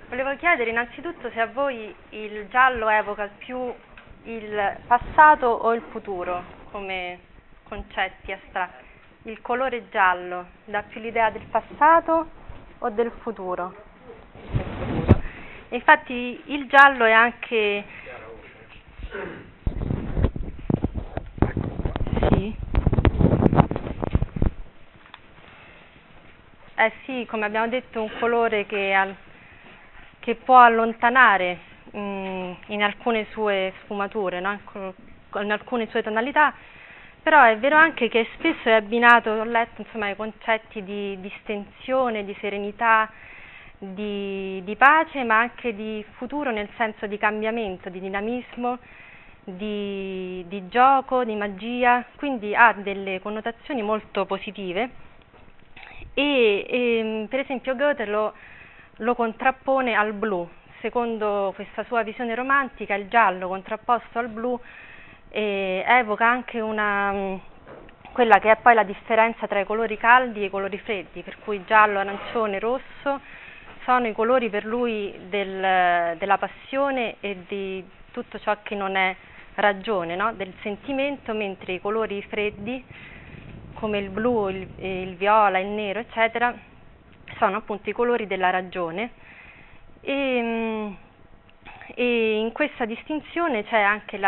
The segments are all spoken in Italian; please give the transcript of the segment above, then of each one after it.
Volevo chiedere innanzitutto se a voi il giallo evoca più il passato o il futuro come concetti astratti. Il colore giallo dà più l'idea del passato o del futuro? Del futuro. E infatti il giallo è anche... Sì. Sì, come abbiamo detto, un colore che può allontanare in alcune sue sfumature, no? In alcune sue tonalità, però è vero anche che spesso è abbinato, ho letto, insomma, ai concetti di distensione, di serenità, di pace, ma anche di futuro nel senso di cambiamento, di dinamismo, di gioco, di magia, quindi ha delle connotazioni molto positive. Per esempio Goethe lo contrappone al blu. Secondo questa sua visione romantica, il giallo contrapposto al blu evoca anche quella che è poi la differenza tra i colori caldi e i colori freddi, per cui giallo, arancione, rosso sono i colori per lui della passione e di tutto ciò che non è ragione, no? Del sentimento, mentre i colori freddi come il blu, il viola, il nero, eccetera, sono appunto i colori della ragione. E in questa distinzione c'è anche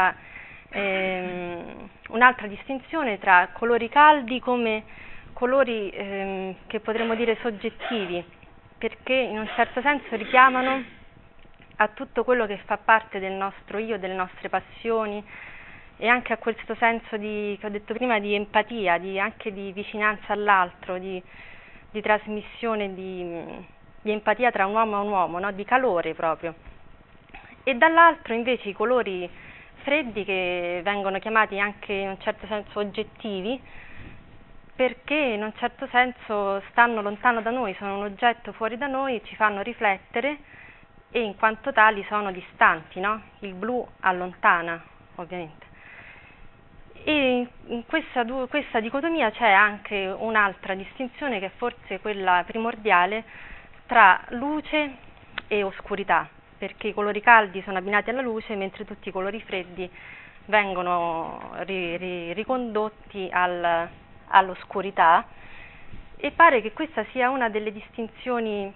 un'altra distinzione tra colori caldi come colori che potremmo dire soggettivi, perché in un certo senso richiamano a tutto quello che fa parte del nostro io, delle nostre passioni, e anche a questo senso che ho detto prima, di empatia, anche di vicinanza all'altro, di trasmissione di empatia tra un uomo e un uomo, no? Di calore proprio. E dall'altro invece i colori freddi, che vengono chiamati anche in un certo senso oggettivi, perché in un certo senso stanno lontano da noi, sono un oggetto fuori da noi, ci fanno riflettere e in quanto tali sono distanti, no? Il blu allontana, ovviamente. E in questa dicotomia c'è anche un'altra distinzione, che è forse quella primordiale, tra luce e oscurità, perché i colori caldi sono abbinati alla luce, mentre tutti i colori freddi vengono ricondotti all'oscurità, e pare che questa sia una delle distinzioni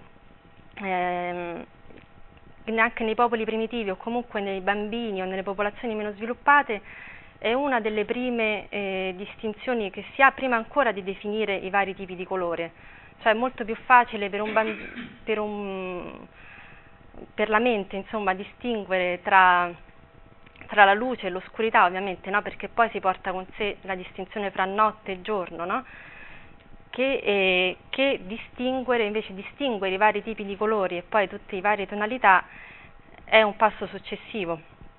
neanche nei popoli primitivi o comunque nei bambini o nelle popolazioni meno sviluppate. È una delle prime distinzioni che si ha prima ancora di definire i vari tipi di colore, cioè è molto più facile per la mente, insomma, distinguere tra la luce e l'oscurità, ovviamente, no? Perché poi si porta con sé la distinzione fra notte e giorno, no? Che distinguere i vari tipi di colori e poi tutte le varie tonalità è un passo successivo.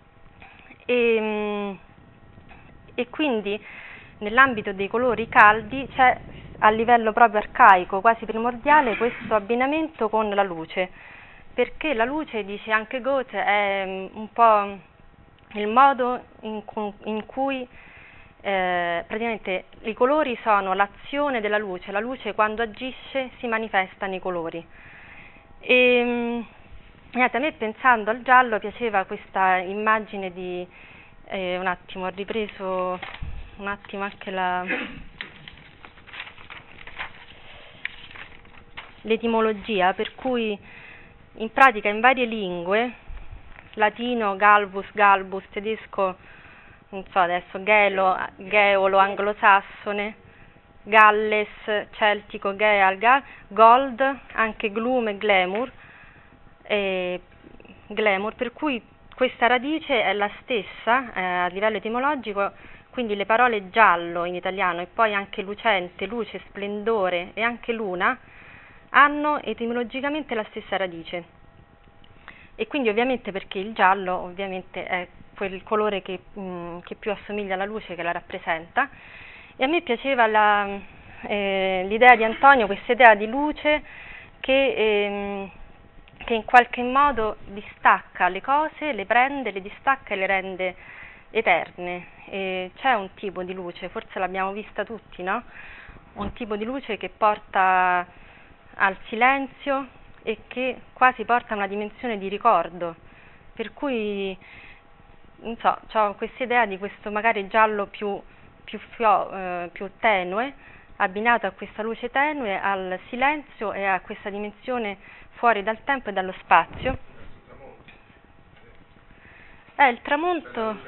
E quindi nell'ambito dei colori caldi c'è, a livello proprio arcaico, quasi primordiale, questo abbinamento con la luce, perché la luce, dice anche Goethe, è un po' il modo in cui praticamente i colori sono l'azione della luce, la luce quando agisce si manifesta nei colori. A me, pensando al giallo, piaceva questa immagine di un attimo, ho ripreso un attimo anche l'etimologia, per cui in pratica in varie lingue, latino, galvus, galbus, tedesco, non so adesso, geolo, anglosassone, galles, celtico, geal, gold, anche gloom e glamour, per cui questa radice è la stessa a livello etimologico, quindi le parole giallo in italiano e poi anche lucente, luce, splendore e anche luna hanno etimologicamente la stessa radice. E quindi ovviamente perché il giallo ovviamente è quel colore che più assomiglia alla luce, che la rappresenta. E a me piaceva l'idea di Antonio, questa idea di luce che in qualche modo distacca le cose, le prende, le distacca e le rende eterne. C'è un tipo di luce, forse l'abbiamo vista tutti, no? Un tipo di luce che porta al silenzio e che quasi porta a una dimensione di ricordo, per cui non so, ho questa idea di questo magari giallo più tenue, abbinato a questa luce tenue, al silenzio e a questa dimensione fuori dal tempo e dallo spazio. Il tramonto,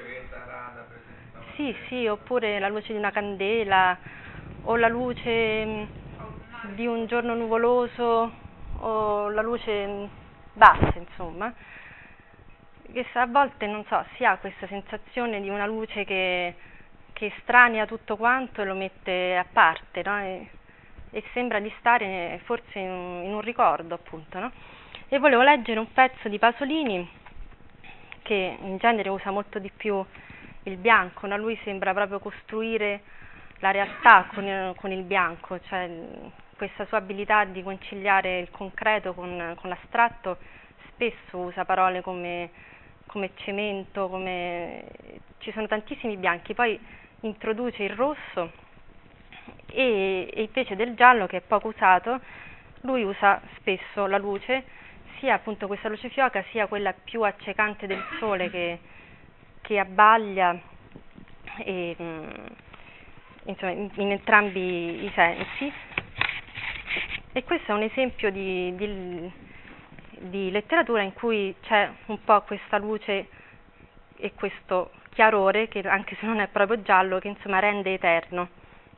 sì, oppure la luce di una candela, o la luce di un giorno nuvoloso, o la luce bassa, insomma, che a volte, non so, si ha questa sensazione di una luce che estranea tutto quanto e lo mette a parte, no? E sembra di stare forse in un ricordo, appunto, no? E volevo leggere un pezzo di Pasolini, che in genere usa molto di più il bianco, no? Lui sembra proprio costruire la realtà con il bianco, cioè questa sua abilità di conciliare il concreto con l'astratto. Spesso usa parole come cemento, ci sono tantissimi bianchi, poi introduce il rosso e invece del giallo, che è poco usato, lui usa spesso la luce, sia appunto questa luce fioca, sia quella più accecante del sole che abbaglia, e, insomma, in entrambi i sensi. E questo è un esempio di letteratura in cui c'è un po' questa luce e questo chiarore, che anche se non è proprio giallo, che insomma rende eterno.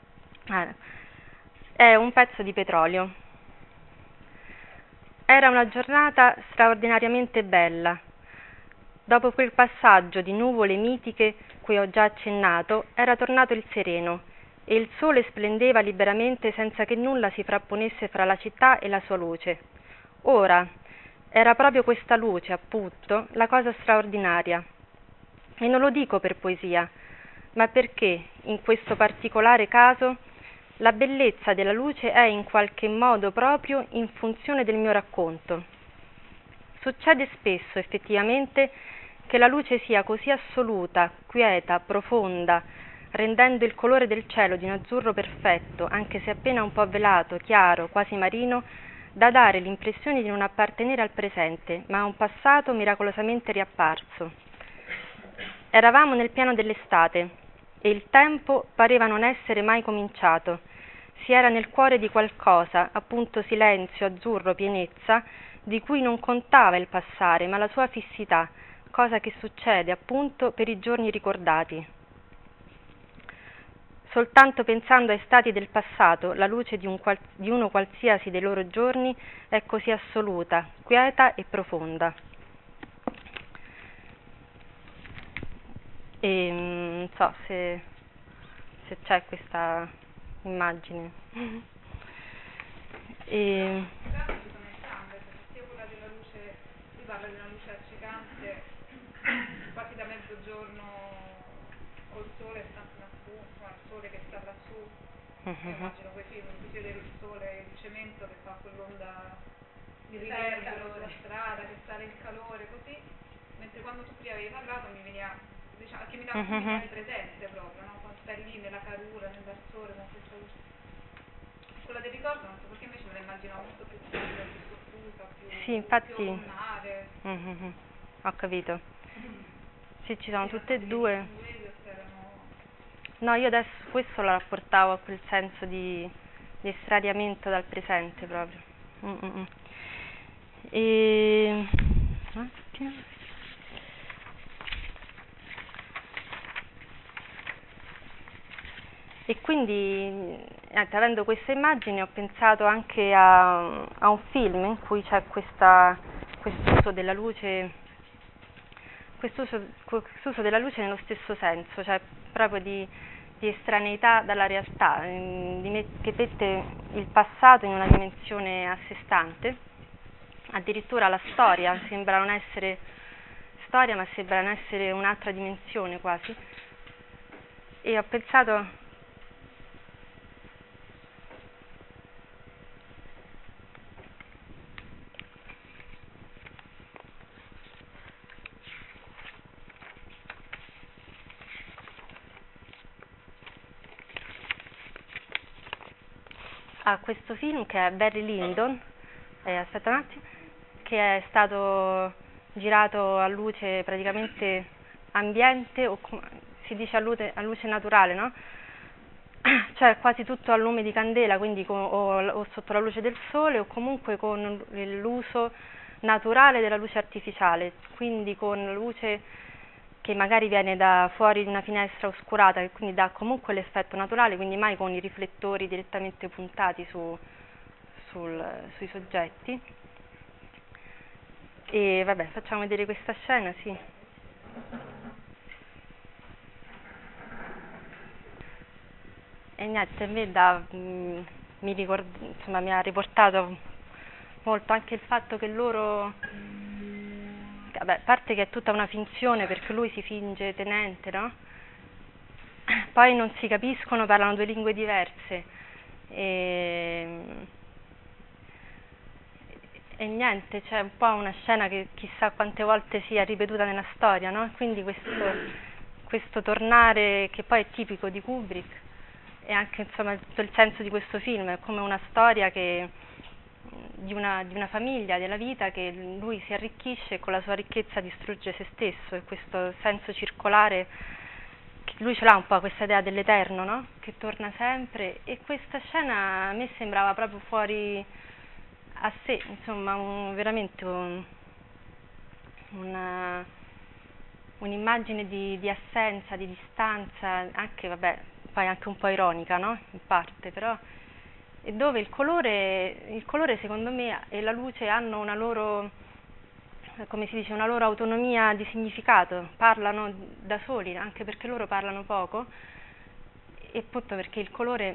È un pezzo di petrolio. Era una giornata straordinariamente bella. Dopo quel passaggio di nuvole mitiche cui ho già accennato, era tornato il sereno e il sole splendeva liberamente senza che nulla si frapponesse fra la città e la sua luce. Ora, era proprio questa luce, appunto, la cosa straordinaria. E non lo dico per poesia, ma perché, in questo particolare caso, la bellezza della luce è in qualche modo proprio in funzione del mio racconto. Succede spesso, effettivamente, che la luce sia così assoluta, quieta, profonda, rendendo il colore del cielo di un azzurro perfetto, anche se appena un po' velato, chiaro, quasi marino, da dare l'impressione di non appartenere al presente, ma a un passato miracolosamente riapparso. Eravamo nel pieno dell'estate e il tempo pareva non essere mai cominciato. Si era nel cuore di qualcosa, appunto silenzio, azzurro, pienezza, di cui non contava il passare, ma la sua fissità, cosa che succede, appunto, per i giorni ricordati. Soltanto pensando ai stati del passato, la luce di uno qualsiasi dei loro giorni è così assoluta, quieta e profonda. E non so se c'è questa immagine. E... sia quella della luce, si parla di una luce accecante quasi da mezzogiorno col sole lassù, il sole che sta lassù, immagino quei film in cui si vede il sole, il cemento che fa quell'onda di riverbero sulla strada, che sale il calore, così, mentre quando tu prima avevi parlato mi veniva, diciamo, che mi dava il presente proprio, no? Quando stai lì nella carura, nel sole, con questa luce. Quella del ricordo non so perché invece me la immaginavo molto più chiara, più soffusa, sì, infatti, più autunnale. Ho capito. Sì, ci sono tutte e due. No, io adesso questo lo rapportavo a quel senso di estraniamento dal presente proprio. E... E quindi, avendo queste immagini, ho pensato anche a un film in cui c'è quest'uso della luce, quest'uso della luce nello stesso senso, cioè proprio di estraneità dalla realtà, che mette il passato in una dimensione a sé stante. Addirittura la storia sembra non essere storia, ma sembra non essere un'altra dimensione quasi. E ho pensato a questo film che è Barry Lyndon, aspetta un attimo, che è stato girato a luce praticamente ambiente, o si dice a luce naturale, no? Cioè quasi tutto a lume di candela, quindi o sotto la luce del sole, o comunque con l'uso naturale della luce artificiale, quindi con luce che magari viene da fuori di una finestra oscurata, che quindi dà comunque l'effetto naturale, quindi mai con i riflettori direttamente puntati sui soggetti. E vabbè, facciamo vedere questa scena, sì. E niente, a me mi ha riportato molto anche il fatto che loro, vabbè, a parte che è tutta una finzione perché lui si finge tenente, no? Poi non si capiscono, parlano due lingue diverse e niente, c'è un po' una scena che chissà quante volte sia ripetuta nella storia, no? Quindi questo tornare che poi è tipico di Kubrick e anche insomma tutto il senso di questo film è come una storia di una famiglia, della vita, che lui si arricchisce e con la sua ricchezza distrugge se stesso, e questo senso circolare che lui ce l'ha un po', questa idea dell'eterno, no? Che torna sempre, e questa scena a me sembrava proprio fuori a sé, insomma veramente un'immagine di assenza, di distanza, anche vabbè, poi anche un po' ironica, no? In parte, però, e dove il colore secondo me e la luce hanno una loro, come si dice, una loro autonomia di significato, parlano da soli, anche perché loro parlano poco, e appunto perché il colore,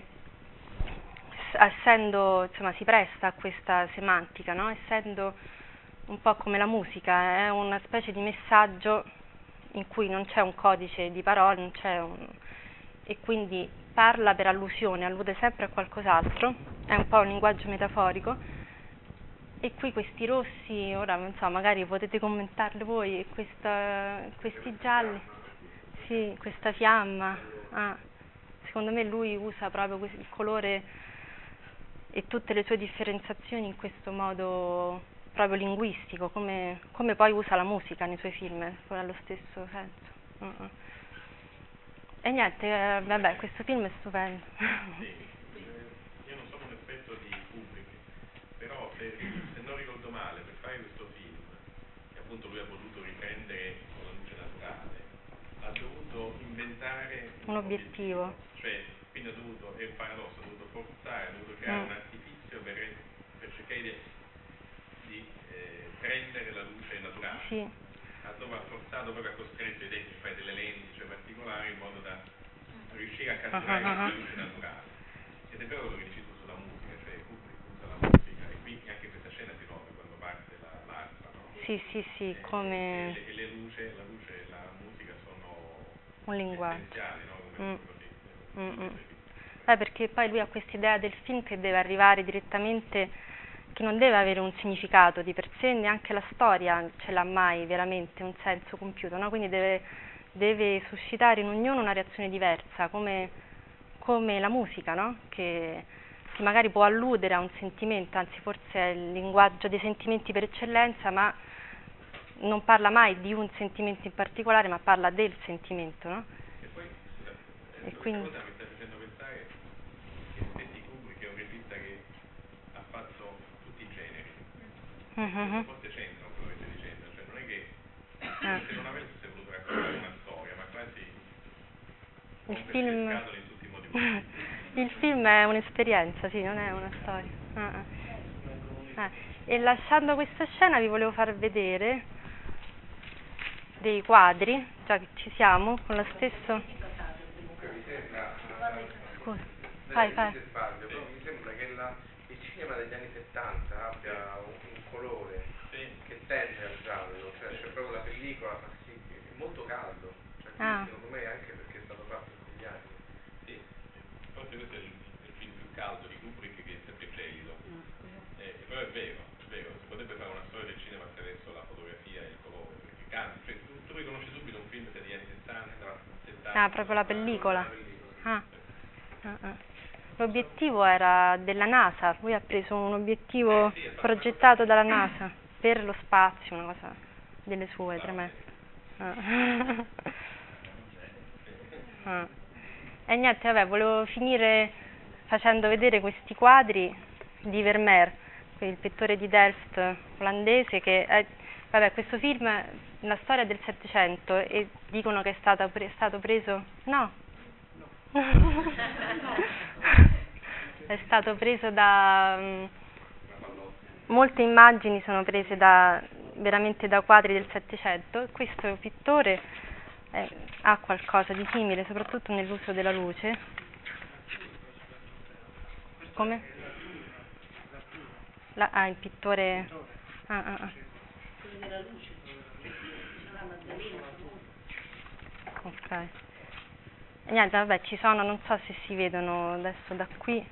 essendo, insomma, si presta a questa semantica, no? Essendo un po' come la musica, è una specie di messaggio in cui non c'è un codice di parole, non c'è e quindi parla per allusione, allude sempre a qualcos'altro, è un po' un linguaggio metaforico. E qui questi rossi, ora non so, magari potete commentarli voi, e questi gialli, sì, questa fiamma, secondo me lui usa proprio il colore e tutte le sue differenziazioni in questo modo proprio linguistico, come poi usa la musica nei suoi film, allo stesso senso. E niente, vabbè, questo film è stupendo. Io non sono un esperto di Kubrick, però se non ricordo male, per fare questo film, che appunto lui ha voluto riprendere con la luce naturale, ha dovuto inventare un obiettivo. Cioè, quindi è un paradosso, ha dovuto forzare, ha dovuto creare un artifizio per cercare di prendere la luce naturale. Sì. Ha forzato proprio, a costretto i tempi a fare delle lenti, cioè particolari, in modo da riuscire a catturare la luce naturale. Ed è vero quello che dici tu sulla musica, cioè Kubrick usa la musica, e qui anche questa scena si nota quando parte l'arpa, no? Sì, come... E la luce e la musica sono un linguaggio essenziali, no? Come così. Perché poi lui ha quest'idea del film che deve arrivare direttamente, che non deve avere un significato di per sé, neanche la storia ce l'ha mai veramente un senso compiuto, no? Quindi deve suscitare in ognuno una reazione diversa, come la musica, no? Che magari può alludere a un sentimento, anzi forse è il linguaggio dei sentimenti per eccellenza, ma non parla mai di un sentimento in particolare, ma parla del sentimento, no? E poi, e quindi... cosa mi sta facendo pensare che Stanley Kubrick è un regista che ha fatto tutti i generi. Forse c'entra quello che stai dicendo, cioè non è che se non avesse voluto raccontare una storia, ma quasi il film... in tutti i modi possibili. Il film è un'esperienza, sì, non è una storia. E lasciando questa scena vi volevo far vedere dei quadri, già che ci siamo, con lo stesso... Scusa, vai. Mi sembra che il cinema degli anni 70 abbia un colore che tende al giallo, cioè c'è proprio la pellicola, fa sì, è molto caldo, cioè, secondo me anche perché è stato fatto in quegli anni. Sì, forse questo è il film più caldo di Kubrick, che è sempre gelido. Però è vero, si potrebbe fare una storia del cinema attraverso la fotografia e il colore, perché cambia, cioè, tu riconosci subito un film degli anni 60, 70. Proprio la pellicola. L'obiettivo era della NASA, lui ha preso un obiettivo progettato dalla NASA. per lo spazio, una cosa delle sue, tremende. E niente, vabbè, volevo finire facendo vedere questi quadri di Vermeer, il pittore di Delft olandese, che è, vabbè, questo film è una storia del Settecento e dicono che è stato preso, no, è stato preso da, molte immagini sono prese veramente da quadri del Settecento, e questo pittore ha qualcosa di simile, soprattutto nell'uso della luce. Come? Il pittore. Quello della luce. Ok. E niente, vabbè, ci sono, non so se si vedono adesso da qui.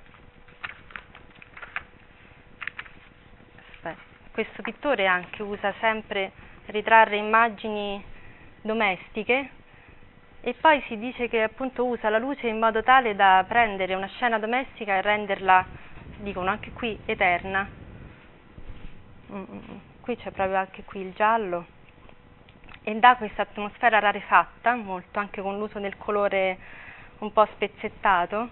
Aspetta. Questo pittore anche usa sempre ritrarre immagini domestiche e poi si dice che appunto usa la luce in modo tale da prendere una scena domestica e renderla, dicono anche qui, eterna. Qui c'è proprio anche qui il giallo e dà questa atmosfera rarefatta molto, anche con l'uso del colore un po' spezzettato.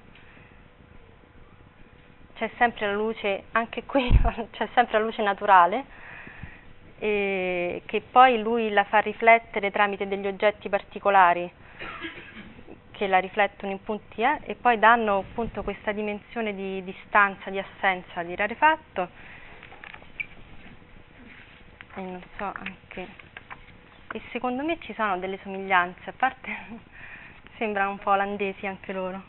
C'è sempre la luce, anche qui c'è sempre la luce naturale, che poi lui la fa riflettere tramite degli oggetti particolari che la riflettono in punti e poi danno appunto questa dimensione di distanza, di assenza, di rarefatto. E non so anche, e secondo me ci sono delle somiglianze, a parte sembrano un po' olandesi anche loro.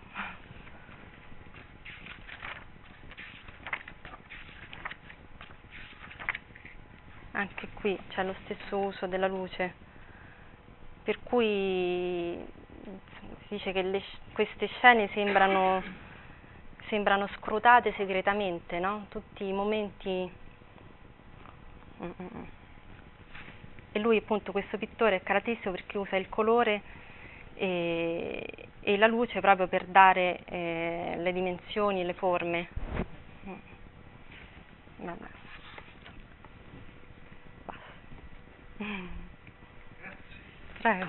Anche qui c'è lo stesso uso della luce, per cui si dice che queste scene sembrano scrutate segretamente, no? Tutti i momenti. E lui appunto, questo pittore, è caratteristico perché usa il colore e la luce proprio per dare le dimensioni, le forme. Vabbè. Prego.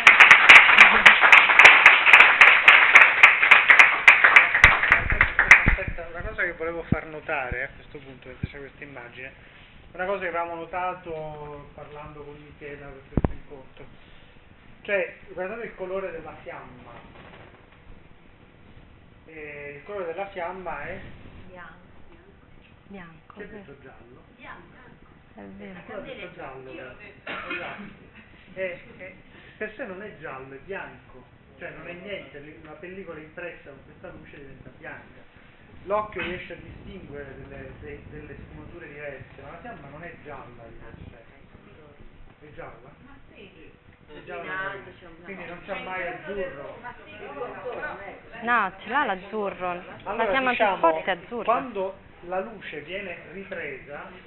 Aspetta, una cosa che volevo far notare a questo punto, mentre c'è questa immagine, una cosa che avevamo notato parlando con Michela per questo incontro, cioè guardate il colore della fiamma, il colore della fiamma è Bianco. Che è detto giallo? Bianco. È vero. Quello è detto giallo. Esatto. Per sé non è giallo, è bianco, cioè non è niente, la pellicola impressa con questa luce diventa bianca. L'occhio riesce a distinguere delle sfumature diverse, ma la fiamma non è gialla di per sé. È gialla? Ma sì. È gialla, quindi non c'ha mai azzurro. No, ce l'ha l'azzurro. Allora, la fiamma più forte è azzurra. Quando la luce viene ripresa,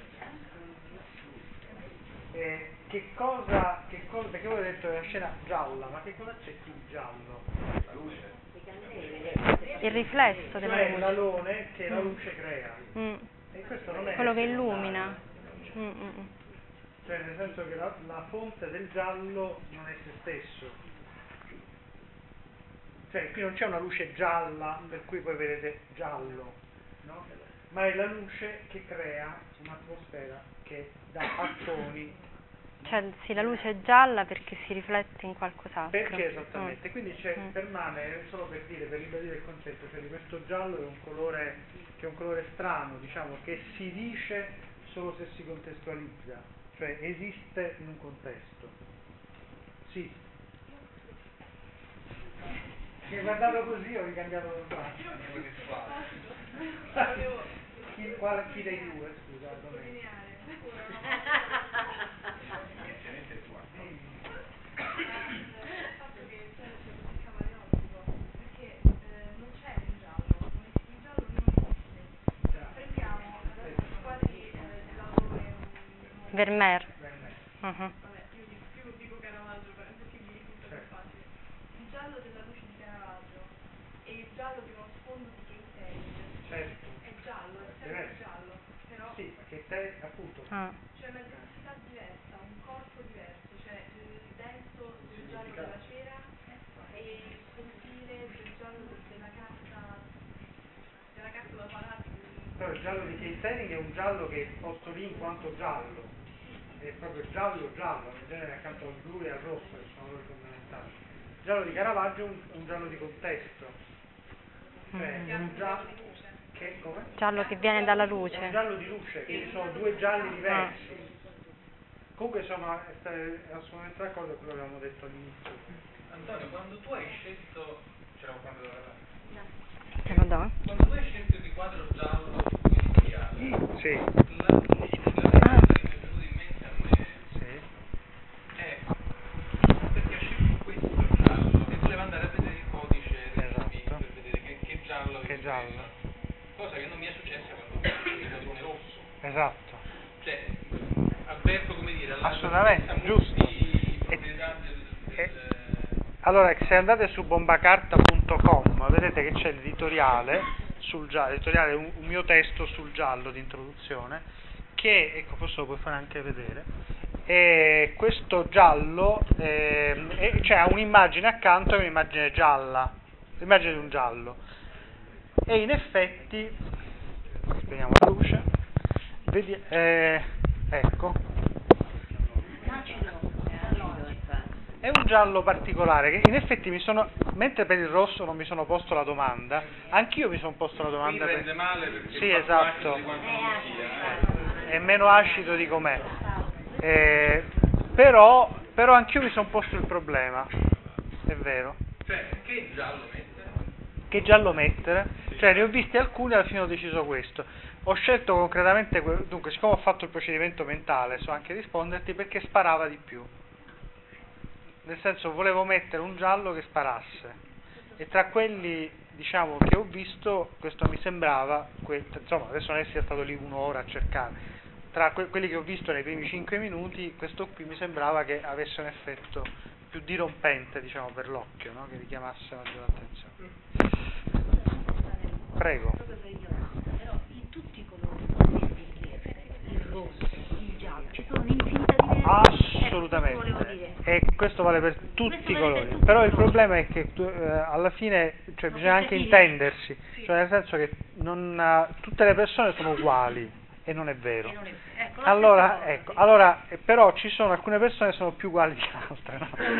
perché voi avete detto che è una scena gialla, ma che cosa c'è più giallo? La luce. Il riflesso della Cioè luce. l'alone che la luce crea. E questo non è quello che illumina. Cioè nel senso che la fonte del giallo non è se stesso. Cioè qui non c'è una luce gialla per cui poi vedete giallo, no? Ma è la luce che crea un'atmosfera che dà a toni. Cioè, sì, la luce è gialla perché si riflette in qualcos'altro. Perché esattamente? Quindi permane, solo per dire, per ribadire il concetto, cioè di questo giallo che è un colore strano, diciamo, che si dice solo se si contestualizza, cioè esiste in un contesto. Sì. Che guardato così ho ricambiato lo sguardo. Chi dei due, scusa? Vermeer. Vabbè, io dico Caravaggio perché mi risulta più facile. Il giallo della luce di Caravaggio e il giallo di uno sfondo di Kate Haring. Certo. È giallo, è sempre giallo, però sì, che te appunto cioè Però il giallo di Keith Haring è un giallo che è posto lì in quanto giallo, è proprio giallo, in genere accanto al blu e al rosso, che sono colori fondamentali. Il giallo di Caravaggio è un giallo di contesto, cioè un giallo che, come? Giallo che viene dalla luce. È un giallo di luce, quindi sono due gialli diversi. Comunque sono assolutamente d'accordo con quello che avevamo detto all'inizio. Antonio, quando tu hai scelto, c'era un quadro da Te lo do? Quando tu hai scelto il riquadro giallo editoriale, Sì. la cosa che mi è venuta in mente a me è perché ha scelto questo giallo e voleva andare a vedere il codice per vedere che giallo che giallo. Cosa che non mi è successa quando ho scelto il padrone rosso. Esatto. Cioè, avverto, come dire, assolutamente, giusto. proprietà Allora, se andate su bombacarta.com vedete che c'è l'editoriale sul giallo, l'editoriale un mio testo sul giallo di introduzione, che, ecco, questo lo puoi fare anche vedere, e questo giallo cioè ha un'immagine accanto, è un'immagine gialla, l'immagine di un giallo, e in effetti, spegniamo la luce, vedi, ecco, è un giallo particolare che in effetti mentre per il rosso non mi sono posto la domanda, anch'io mi sono posto la domanda. Qui rende male perché sì, è esatto, di quanto non sia, è meno acido di com'è, però anch'io mi sono posto il problema, è vero. Cioè, che giallo mettere? Che giallo mettere? Cioè, ne ho visti alcuni e alla fine ho deciso questo. Ho scelto concretamente, dunque, siccome ho fatto il procedimento mentale, so anche risponderti, perché sparava di più. Nel senso, volevo mettere un giallo che sparasse, e tra quelli, diciamo, che ho visto, questo mi sembrava, insomma, adesso non è sia stato lì un'ora a cercare, tra quelli che ho visto nei primi 5 minuti, questo qui mi sembrava che avesse un effetto più dirompente, diciamo, per l'occhio, no? Che richiamasse maggiore attenzione. Prego. Però in tutti i colori, il rosso, il giallo, ci sono un'infinità di Assolutamente, e questo vale per tutti i colori, però il problema è che alla fine, cioè, bisogna anche intendersi, cioè nel senso che tutte le persone sono uguali, e non è vero. Allora, però ci sono alcune persone che sono più uguali di altre,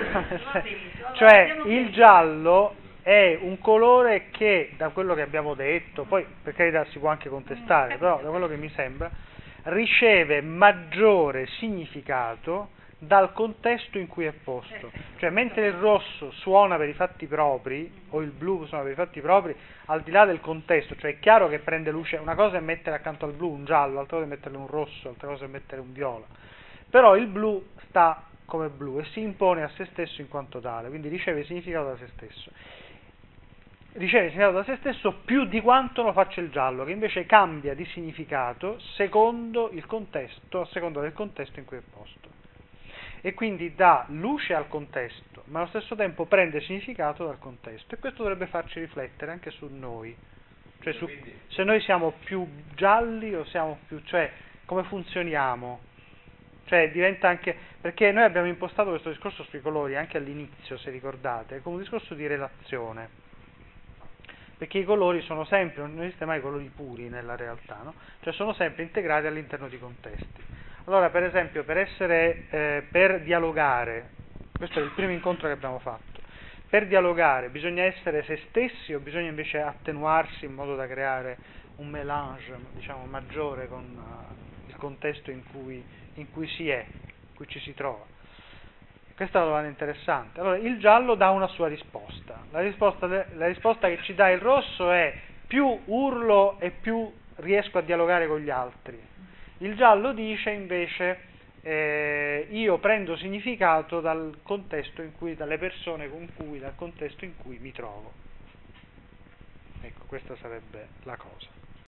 no? Cioè il giallo è un colore che, da quello che abbiamo detto, poi per carità si può anche contestare, però da quello che mi sembra, riceve maggiore significato dal contesto in cui è posto. Cioè, mentre il rosso suona per i fatti propri, o il blu suona per i fatti propri, al di là del contesto, cioè è chiaro che prende luce, una cosa è mettere accanto al blu un giallo, altra cosa è metterle un rosso, altra cosa è mettere un viola, però il blu sta come blu e si impone a se stesso in quanto tale, quindi riceve significato da se stesso. Riceve significato da se stesso più di quanto lo faccia il giallo, che invece cambia di significato secondo il contesto, a seconda del contesto in cui è posto. E quindi dà luce al contesto, ma allo stesso tempo prende significato dal contesto, e questo dovrebbe farci riflettere anche su noi, cioè se noi siamo più gialli o siamo più, cioè come funzioniamo, cioè diventa anche, perché noi abbiamo impostato questo discorso sui colori anche all'inizio, se ricordate, come un discorso di relazione, perché i colori sono sempre, non esiste mai colori puri nella realtà, no? Cioè sono sempre integrati all'interno di contesti. Allora, per esempio, per dialogare, questo è il primo incontro che abbiamo fatto, per dialogare bisogna essere se stessi o bisogna invece attenuarsi in modo da creare un mélange, diciamo, maggiore con il contesto in cui si è, in cui ci si trova. Questa è una domanda interessante. Allora, il giallo dà una sua risposta. La risposta che ci dà il rosso è: più urlo e più riesco a dialogare con gli altri. Il giallo dice invece: io prendo significato dal contesto in cui, dalle persone con cui, dal contesto in cui mi trovo. Ecco, questa sarebbe la cosa.